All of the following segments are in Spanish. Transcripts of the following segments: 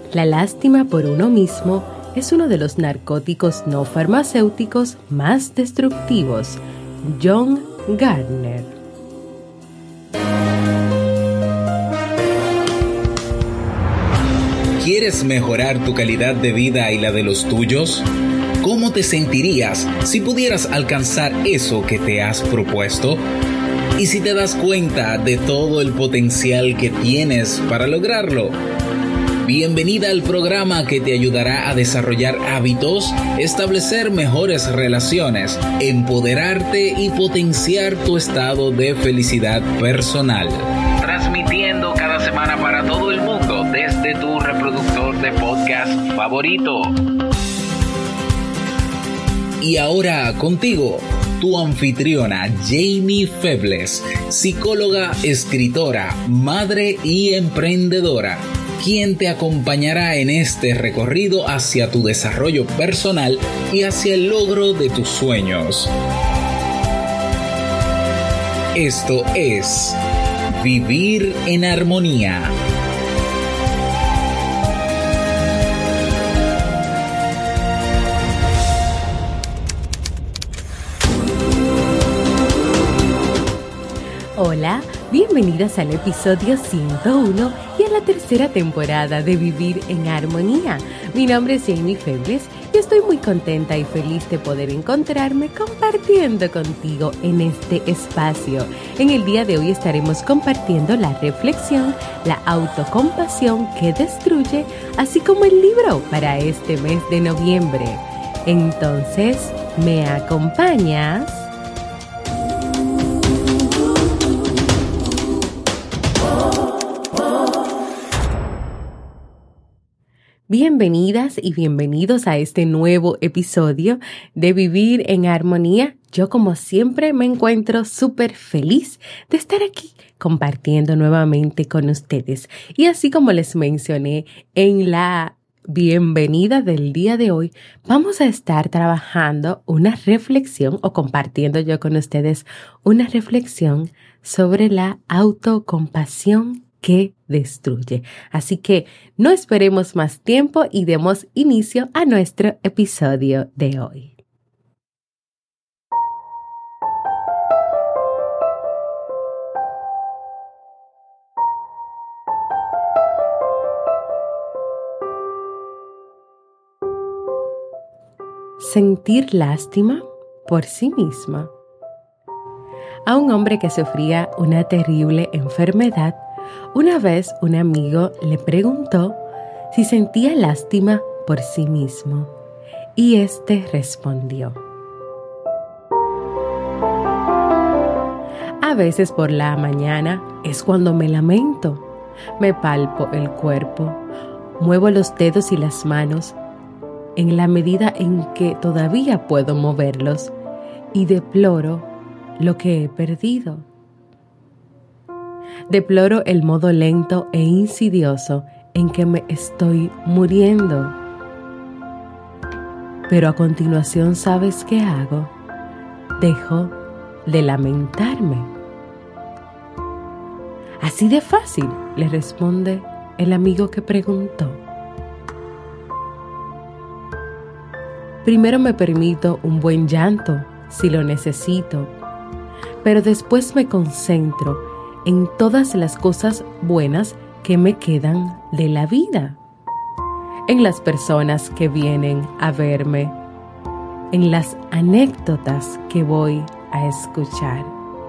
La lástima por uno mismo es uno de los narcóticos no farmacéuticos más destructivos. John Gardner. ¿Quieres mejorar tu calidad de vida y la de los tuyos? ¿Cómo te sentirías si pudieras alcanzar eso que te has propuesto? ¿Y si te das cuenta de todo el potencial que tienes para lograrlo? Bienvenida al programa que te ayudará a desarrollar hábitos, establecer mejores relaciones, empoderarte y potenciar tu estado de felicidad personal. Transmitiendo cada semana para todo el mundo desde tu reproductor de podcast favorito. Y ahora contigo, tu anfitriona Jamie Febles, psicóloga, escritora, madre y emprendedora, quien te acompañará en este recorrido hacia tu desarrollo personal y hacia el logro de tus sueños. Esto es Vivir en Armonía. Hola, bienvenidas al episodio 101 y a la tercera temporada de Vivir en Armonía. Mi nombre es Jamie Febles y estoy muy contenta y feliz de poder encontrarme compartiendo contigo en este espacio. En el día de hoy estaremos compartiendo la reflexión, la autocompasión que destruye, así como el libro para este mes de noviembre. Entonces, ¿me acompañas? Bienvenidas y bienvenidos a este nuevo episodio de Vivir en Armonía. Yo, como siempre, me encuentro súper feliz de estar aquí compartiendo nuevamente con ustedes. Y así como les mencioné en la bienvenida del día de hoy, vamos a estar trabajando una reflexión o compartiendo yo con ustedes una reflexión sobre la autocompasión que destruye. Así que no esperemos más tiempo y demos inicio a nuestro episodio de hoy. Sentir lástima por sí misma. A un hombre que sufría una terrible enfermedad, una vez un amigo le preguntó si sentía lástima por sí mismo, y éste respondió: a veces por la mañana es cuando me lamento, me palpo el cuerpo, muevo los dedos y las manos en la medida en que todavía puedo moverlos y deploro lo que he perdido. Deploro el modo lento e insidioso en que me estoy muriendo. Pero a continuación, ¿sabes qué hago? Dejo de lamentarme. Así de fácil, le responde el amigo que preguntó. Primero me permito un buen llanto si lo necesito, pero después me concentro en todas las cosas buenas que me quedan de la vida, en las personas que vienen a verme, en las anécdotas que voy a escuchar.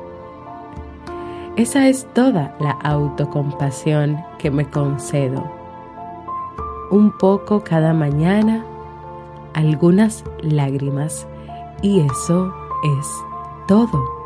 Esa es toda la autocompasión que me concedo. Un poco cada mañana, algunas lágrimas, y eso es todo.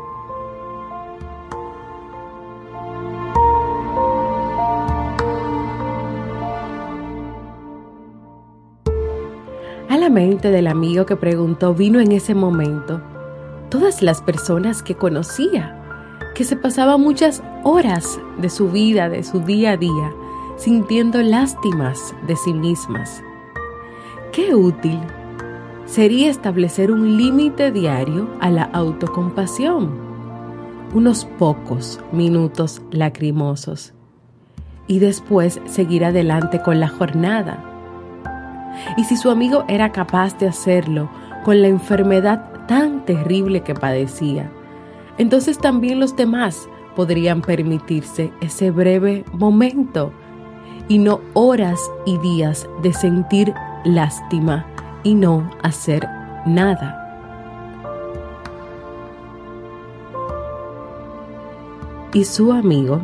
A la mente del amigo que preguntó vino en ese momento todas las personas que conocía, que se pasaba muchas horas de su vida, de su día a día, sintiendo lástimas de sí mismas. Qué útil sería establecer un límite diario a la autocompasión, unos pocos minutos lacrimosos. y después seguir adelante con la jornada. Y si su amigo era capaz de hacerlo con la enfermedad tan terrible que padecía, entonces también los demás podrían permitirse ese breve momento y no horas y días de sentir lástima y no hacer nada. Y su amigo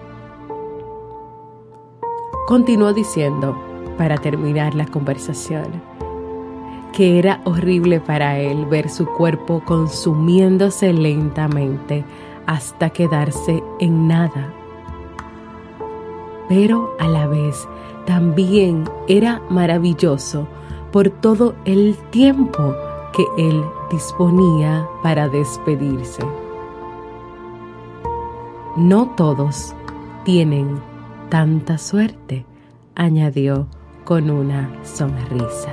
continuó diciendo, para terminar la conversación, que era horrible para él ver su cuerpo consumiéndose lentamente hasta quedarse en nada. Pero a la vez también era maravilloso por todo el tiempo que él disponía para despedirse. No todos tienen tanta suerte, añadió con una sonrisa.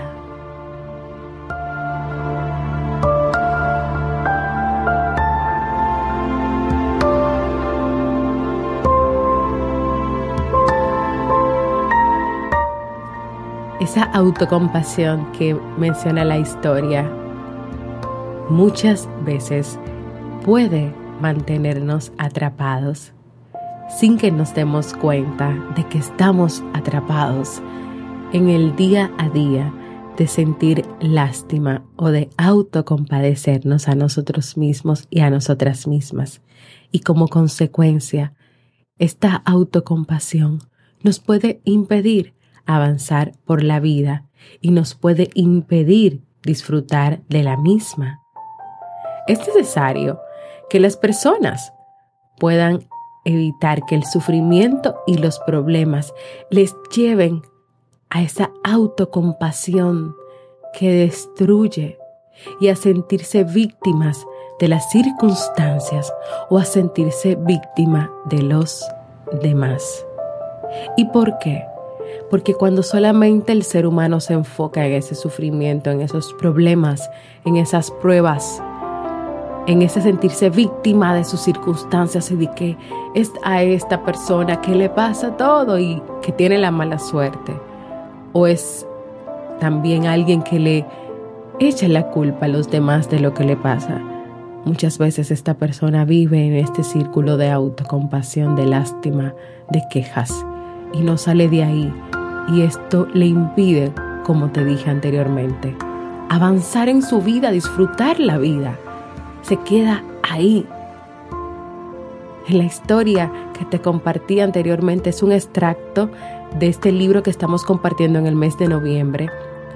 Esa autocompasión que menciona la historia muchas veces puede mantenernos atrapados sin que nos demos cuenta de que estamos atrapados en el día a día de sentir lástima o de autocompadecernos a nosotros mismos y a nosotras mismas. Y como consecuencia, esta autocompasión nos puede impedir avanzar por la vida y nos puede impedir disfrutar de la misma. Es necesario que las personas puedan evitar que el sufrimiento y los problemas les lleven a esa autocompasión que destruye y a sentirse víctimas de las circunstancias o a sentirse víctima de los demás. ¿Y por qué? Porque cuando solamente el ser humano se enfoca en ese sufrimiento, en esos problemas, en esas pruebas, en ese sentirse víctima de sus circunstancias y de que es a esta persona que le pasa todo y que tiene la mala suerte, o es también alguien que le echa la culpa a los demás de lo que le pasa. Muchas veces esta persona vive en este círculo de autocompasión, de lástima, de quejas y no sale de ahí. Y esto le impide, como te dije anteriormente, avanzar en su vida, disfrutar la vida. Se queda ahí. En la historia que te compartí anteriormente es un extracto de este libro que estamos compartiendo en el mes de noviembre.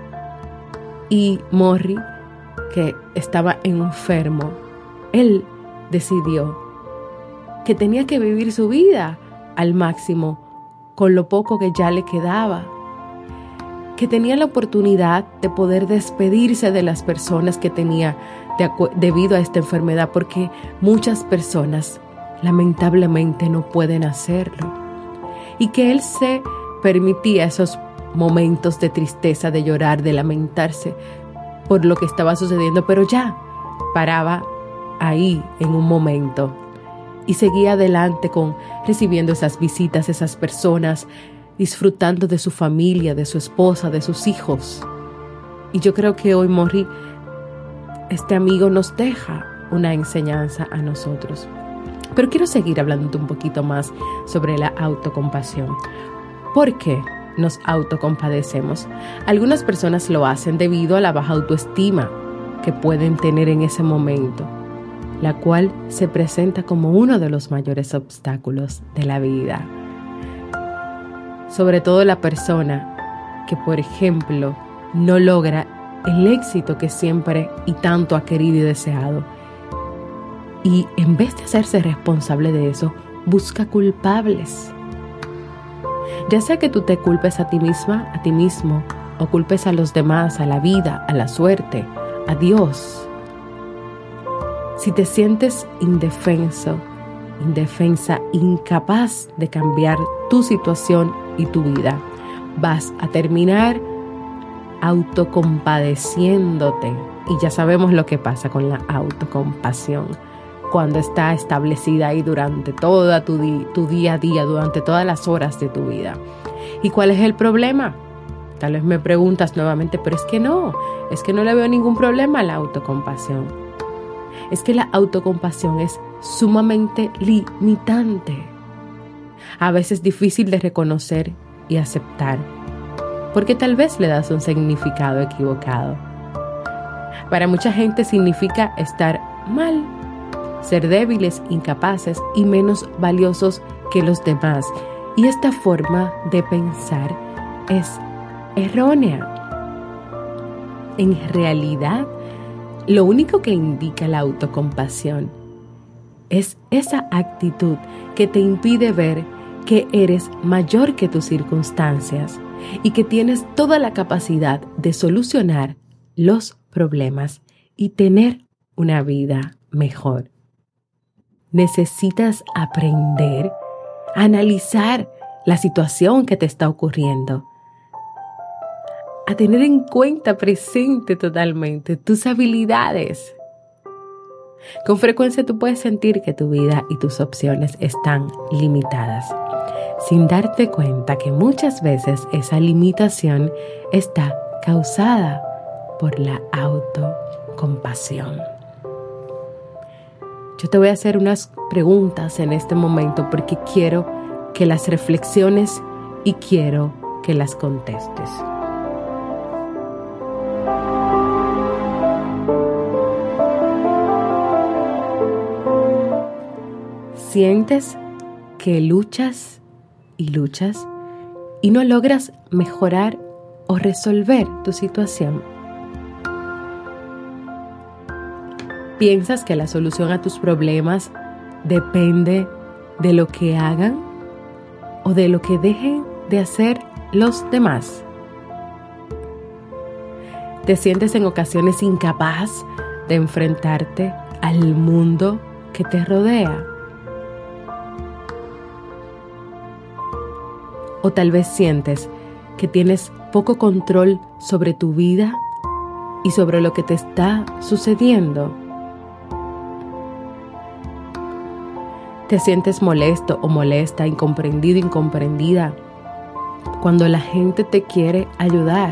Y Morrie, que estaba enfermo, él decidió que tenía que vivir su vida al máximo con lo poco que ya le quedaba, que tenía la oportunidad de poder despedirse de las personas que tenía debido a esta enfermedad, porque muchas personas lamentablemente no pueden hacerlo, y que él se permitía esos momentos de tristeza, de llorar, de lamentarse por lo que estaba sucediendo, pero ya paraba ahí en un momento y seguía adelante con recibiendo esas visitas, esas personas, disfrutando de su familia, de su esposa, de sus hijos. Y yo creo que hoy Morrie, este amigo, nos deja una enseñanza a nosotros. Pero quiero seguir hablando un poquito más sobre la autocompasión. ¿Por qué nos autocompadecemos? Algunas personas lo hacen debido a la baja autoestima que pueden tener en ese momento, la cual se presenta como uno de los mayores obstáculos de la vida. Sobre todo la persona que, por ejemplo, no logra el éxito que siempre y tanto ha querido y deseado. Y en vez de hacerse responsable de eso, busca culpables. Ya sea que tú te culpes a ti misma, a ti mismo, o culpes a los demás, a la vida, a la suerte, a Dios. Si te sientes indefenso, indefensa, incapaz de cambiar tu situación y tu vida, vas a terminar autocompadeciéndote. Y ya sabemos lo que pasa con la autocompasión. cuando está establecida ahí durante toda tu día a día, durante todas las horas de tu vida. ¿Y cuál es el problema? Tal vez me preguntas nuevamente, pero es que no le veo ningún problema a la autocompasión. Es que la autocompasión es sumamente limitante. A veces difícil de reconocer y aceptar, porque tal vez le das un significado equivocado. Para mucha gente significa estar mal, ser débiles, incapaces y menos valiosos que los demás. Y esta forma de pensar es errónea. En realidad, lo único que indica la autocompasión es esa actitud que te impide ver que eres mayor que tus circunstancias y que tienes toda la capacidad de solucionar los problemas y tener una vida mejor. Necesitas aprender a analizar la situación que te está ocurriendo, a tener en cuenta presente totalmente tus habilidades. Con frecuencia tú puedes sentir que tu vida y tus opciones están limitadas, sin darte cuenta que muchas veces esa limitación está causada por la autocompasión. Yo te voy a hacer unas preguntas en este momento porque quiero que las reflexiones y quiero que las contestes. ¿Sientes que luchas y luchas y no logras mejorar o resolver tu situación? ¿Piensas que la solución a tus problemas depende de lo que hagan o de lo que dejen de hacer los demás? ¿Te sientes en ocasiones incapaz de enfrentarte al mundo que te rodea? O tal vez sientes que tienes poco control sobre tu vida y sobre lo que te está sucediendo. ¿Te sientes molesto o molesta, incomprendido, incomprendida cuando la gente te quiere ayudar?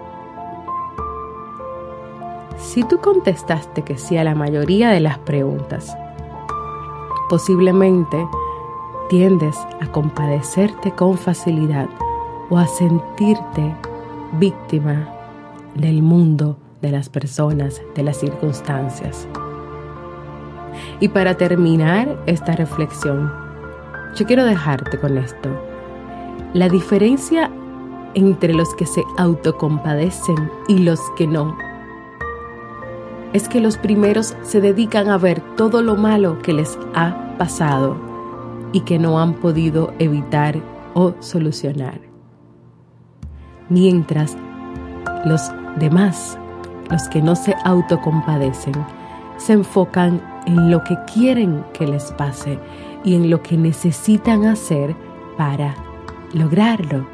Si tú contestaste que sí a la mayoría de las preguntas, posiblemente tiendes a compadecerte con facilidad o a sentirte víctima del mundo, de las personas, de las circunstancias. Y para terminar esta reflexión, yo quiero dejarte con esto. La diferencia entre los que se autocompadecen y los que no es que los primeros se dedican a ver todo lo malo que les ha pasado y que no han podido evitar o solucionar. Mientras los demás, los que no se autocompadecen, se enfocan en lo que quieren que les pase y en lo que necesitan hacer para lograrlo.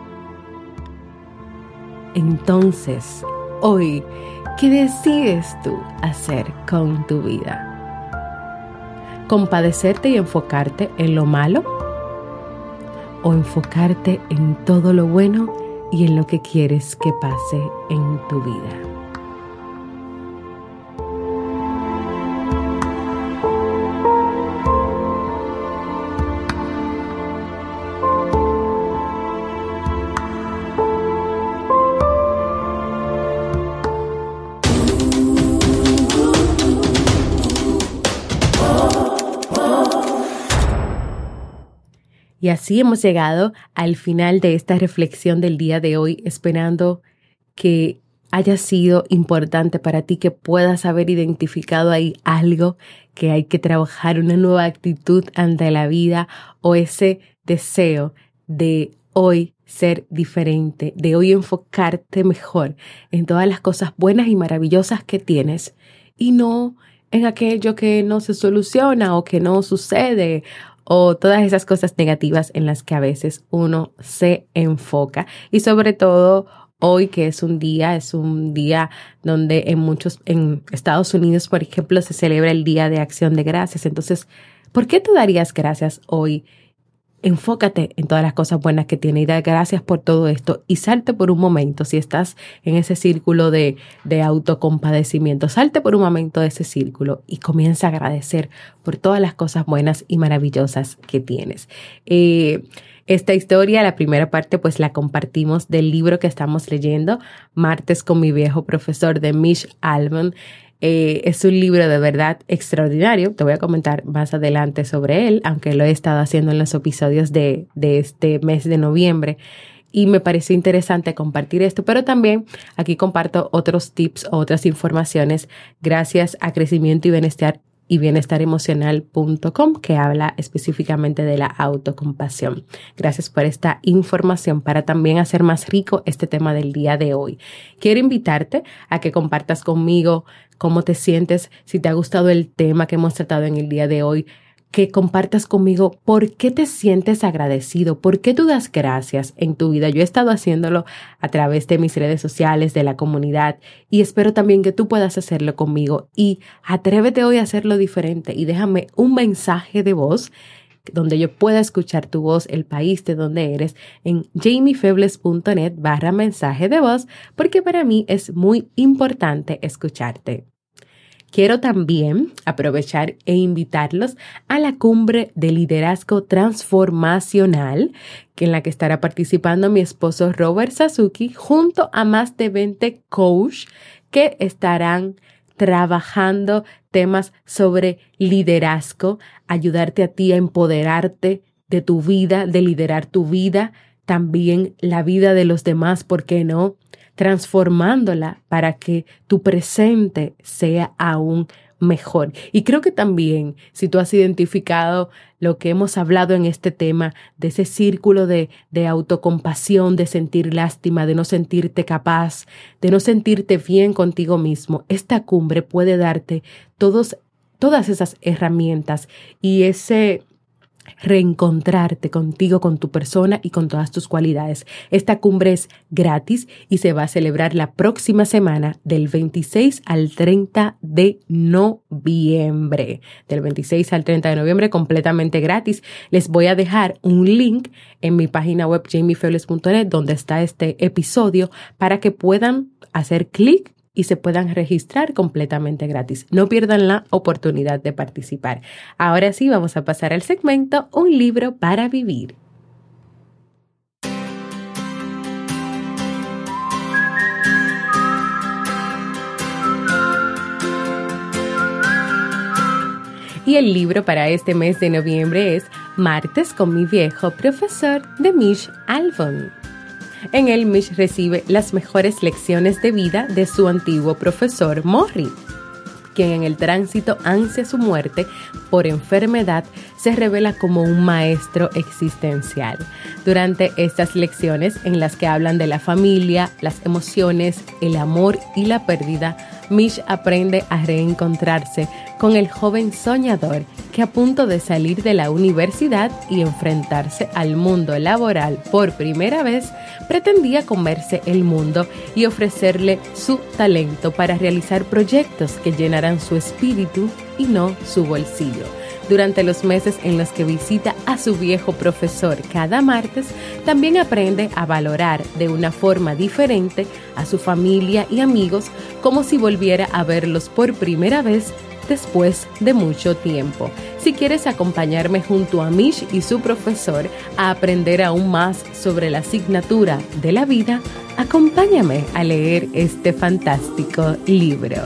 Entonces, hoy, ¿qué decides tú hacer con tu vida? ¿Compadecerte y enfocarte en lo malo? ¿O enfocarte en todo lo bueno y en lo que quieres que pase en tu vida? Y así hemos llegado al final de esta reflexión del día de hoy, esperando que haya sido importante para ti, que puedas haber identificado ahí algo que hay que trabajar, una nueva actitud ante la vida o ese deseo de hoy ser diferente, de hoy enfocarte mejor en todas las cosas buenas y maravillosas que tienes y no en aquello que no se soluciona o que no sucede, o todas esas cosas negativas en las que a veces uno se enfoca y sobre todo hoy, que es un día donde en Estados Unidos, por ejemplo, se celebra el Día de Acción de Gracias. Entonces, ¿por qué tú darías gracias hoy? Enfócate en todas las cosas buenas que tiene y da gracias por todo esto y salte por un momento, si estás en ese círculo de autocompadecimiento, salte por un momento de ese círculo y comienza a agradecer por todas las cosas buenas y maravillosas que tienes. Esta historia, la primera parte, pues la compartimos del libro que estamos leyendo, Martes con mi viejo profesor, de Mish Alban. Es un libro de verdad extraordinario. Te voy a comentar más adelante sobre él, aunque lo he estado haciendo en los episodios de este mes de noviembre. Y me pareció interesante compartir esto, pero también aquí comparto otros tips o otras informaciones gracias a Crecimiento y Bienestaremocional.com, que habla específicamente de la autocompasión. Gracias por esta información para también hacer más rico este tema del día de hoy. Quiero invitarte a que compartas conmigo cómo te sientes, si te ha gustado el tema que hemos tratado en el día de hoy, que compartas conmigo por qué te sientes agradecido, por qué tú das gracias en tu vida. Yo he estado haciéndolo a través de mis redes sociales, de la comunidad, y espero también que tú puedas hacerlo conmigo. Y atrévete hoy a hacerlo diferente y déjame un mensaje de voz donde yo pueda escuchar tu voz, el país de donde eres, en jamiefebles.net/mensaje de voz, porque para mí es muy importante escucharte. Quiero también aprovechar e invitarlos a la Cumbre de Liderazgo Transformacional, en la que estará participando mi esposo Robert Sasuki, junto a más de 20 coaches que estarán trabajando temas sobre liderazgo, ayudarte a ti a empoderarte de tu vida, de liderar tu vida, también la vida de los demás, ¿por qué no? Transformándola para que tu presente sea aún mejor. Y creo que también, si tú has identificado lo que hemos hablado en este tema, de ese círculo de autocompasión, de sentir lástima, de no sentirte capaz, de no sentirte bien contigo mismo, esta cumbre puede darte todas esas herramientas y ese reencontrarte contigo, con tu persona y con todas tus cualidades. Esta cumbre es gratis y se va a celebrar la próxima semana del 26 al 30 de noviembre. Del 26 al 30 de noviembre, completamente gratis. Les voy a dejar un link en mi página web jamiefebles.net donde está este episodio para que puedan hacer clic y se puedan registrar completamente gratis. No pierdan la oportunidad de participar. Ahora sí, vamos a pasar al segmento Un libro para vivir. Y el libro para este mes de noviembre es Martes con mi viejo profesor, de Mish Alban. En él, Mish recibe las mejores lecciones de vida de su antiguo profesor Morrie, quien en el tránsito hacia su muerte por enfermedad se revela como un maestro existencial. Durante estas lecciones, en las que hablan de la familia, las emociones, el amor y la pérdida, Mish aprende a reencontrarse con el joven soñador que, a punto de salir de la universidad y enfrentarse al mundo laboral por primera vez, pretendía comerse el mundo y ofrecerle su talento para realizar proyectos que llenaran su espíritu y no su bolsillo. Durante los meses en los que visita a su viejo profesor cada martes, también aprende a valorar de una forma diferente a su familia y amigos, como si volviera a verlos por primera vez después de mucho tiempo. Si quieres acompañarme junto a Mish y su profesor a aprender aún más sobre la asignatura de la vida, acompáñame a leer este fantástico libro.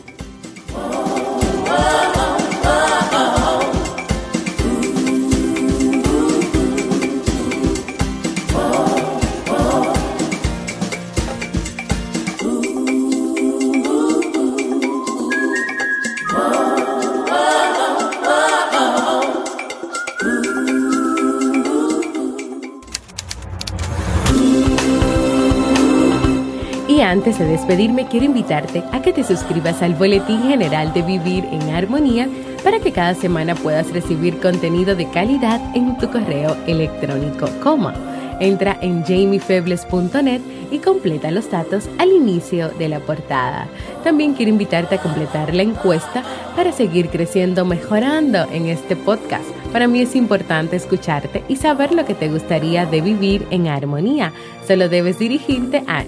Antes de despedirme, quiero invitarte a que te suscribas al Boletín General de Vivir en Armonía para que cada semana puedas recibir contenido de calidad en tu correo electrónico. ¿Cómo? Entra en jamiefebles.net y completa los datos al inicio de la portada. También quiero invitarte a completar la encuesta para seguir creciendo, mejorando en este podcast. Para mí es importante escucharte y saber lo que te gustaría de vivir en armonía. Solo debes dirigirte a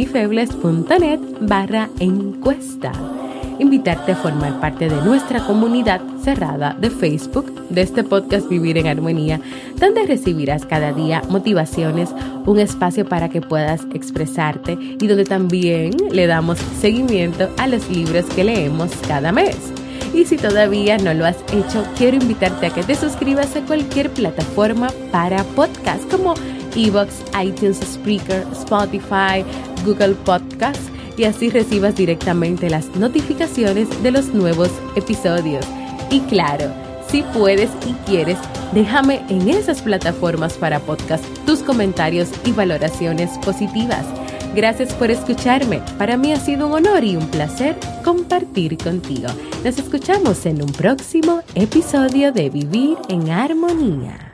jamiefebles.net/encuesta. Invitarte a formar parte de nuestra comunidad cerrada de Facebook de este podcast Vivir en Armonía, donde recibirás cada día motivaciones, un espacio para que puedas expresarte y donde también le damos seguimiento a los libros que leemos cada mes. Y si todavía no lo has hecho, quiero invitarte a que te suscribas a cualquier plataforma para podcast como iVoox, iTunes, Spreaker, Spotify, Google Podcasts, y así recibas directamente las notificaciones de los nuevos episodios. Y claro, si puedes y quieres, déjame en esas plataformas para podcast tus comentarios y valoraciones positivas. Gracias por escucharme. Para mí ha sido un honor y un placer compartir contigo. Nos escuchamos en un próximo episodio de Vivir en Armonía.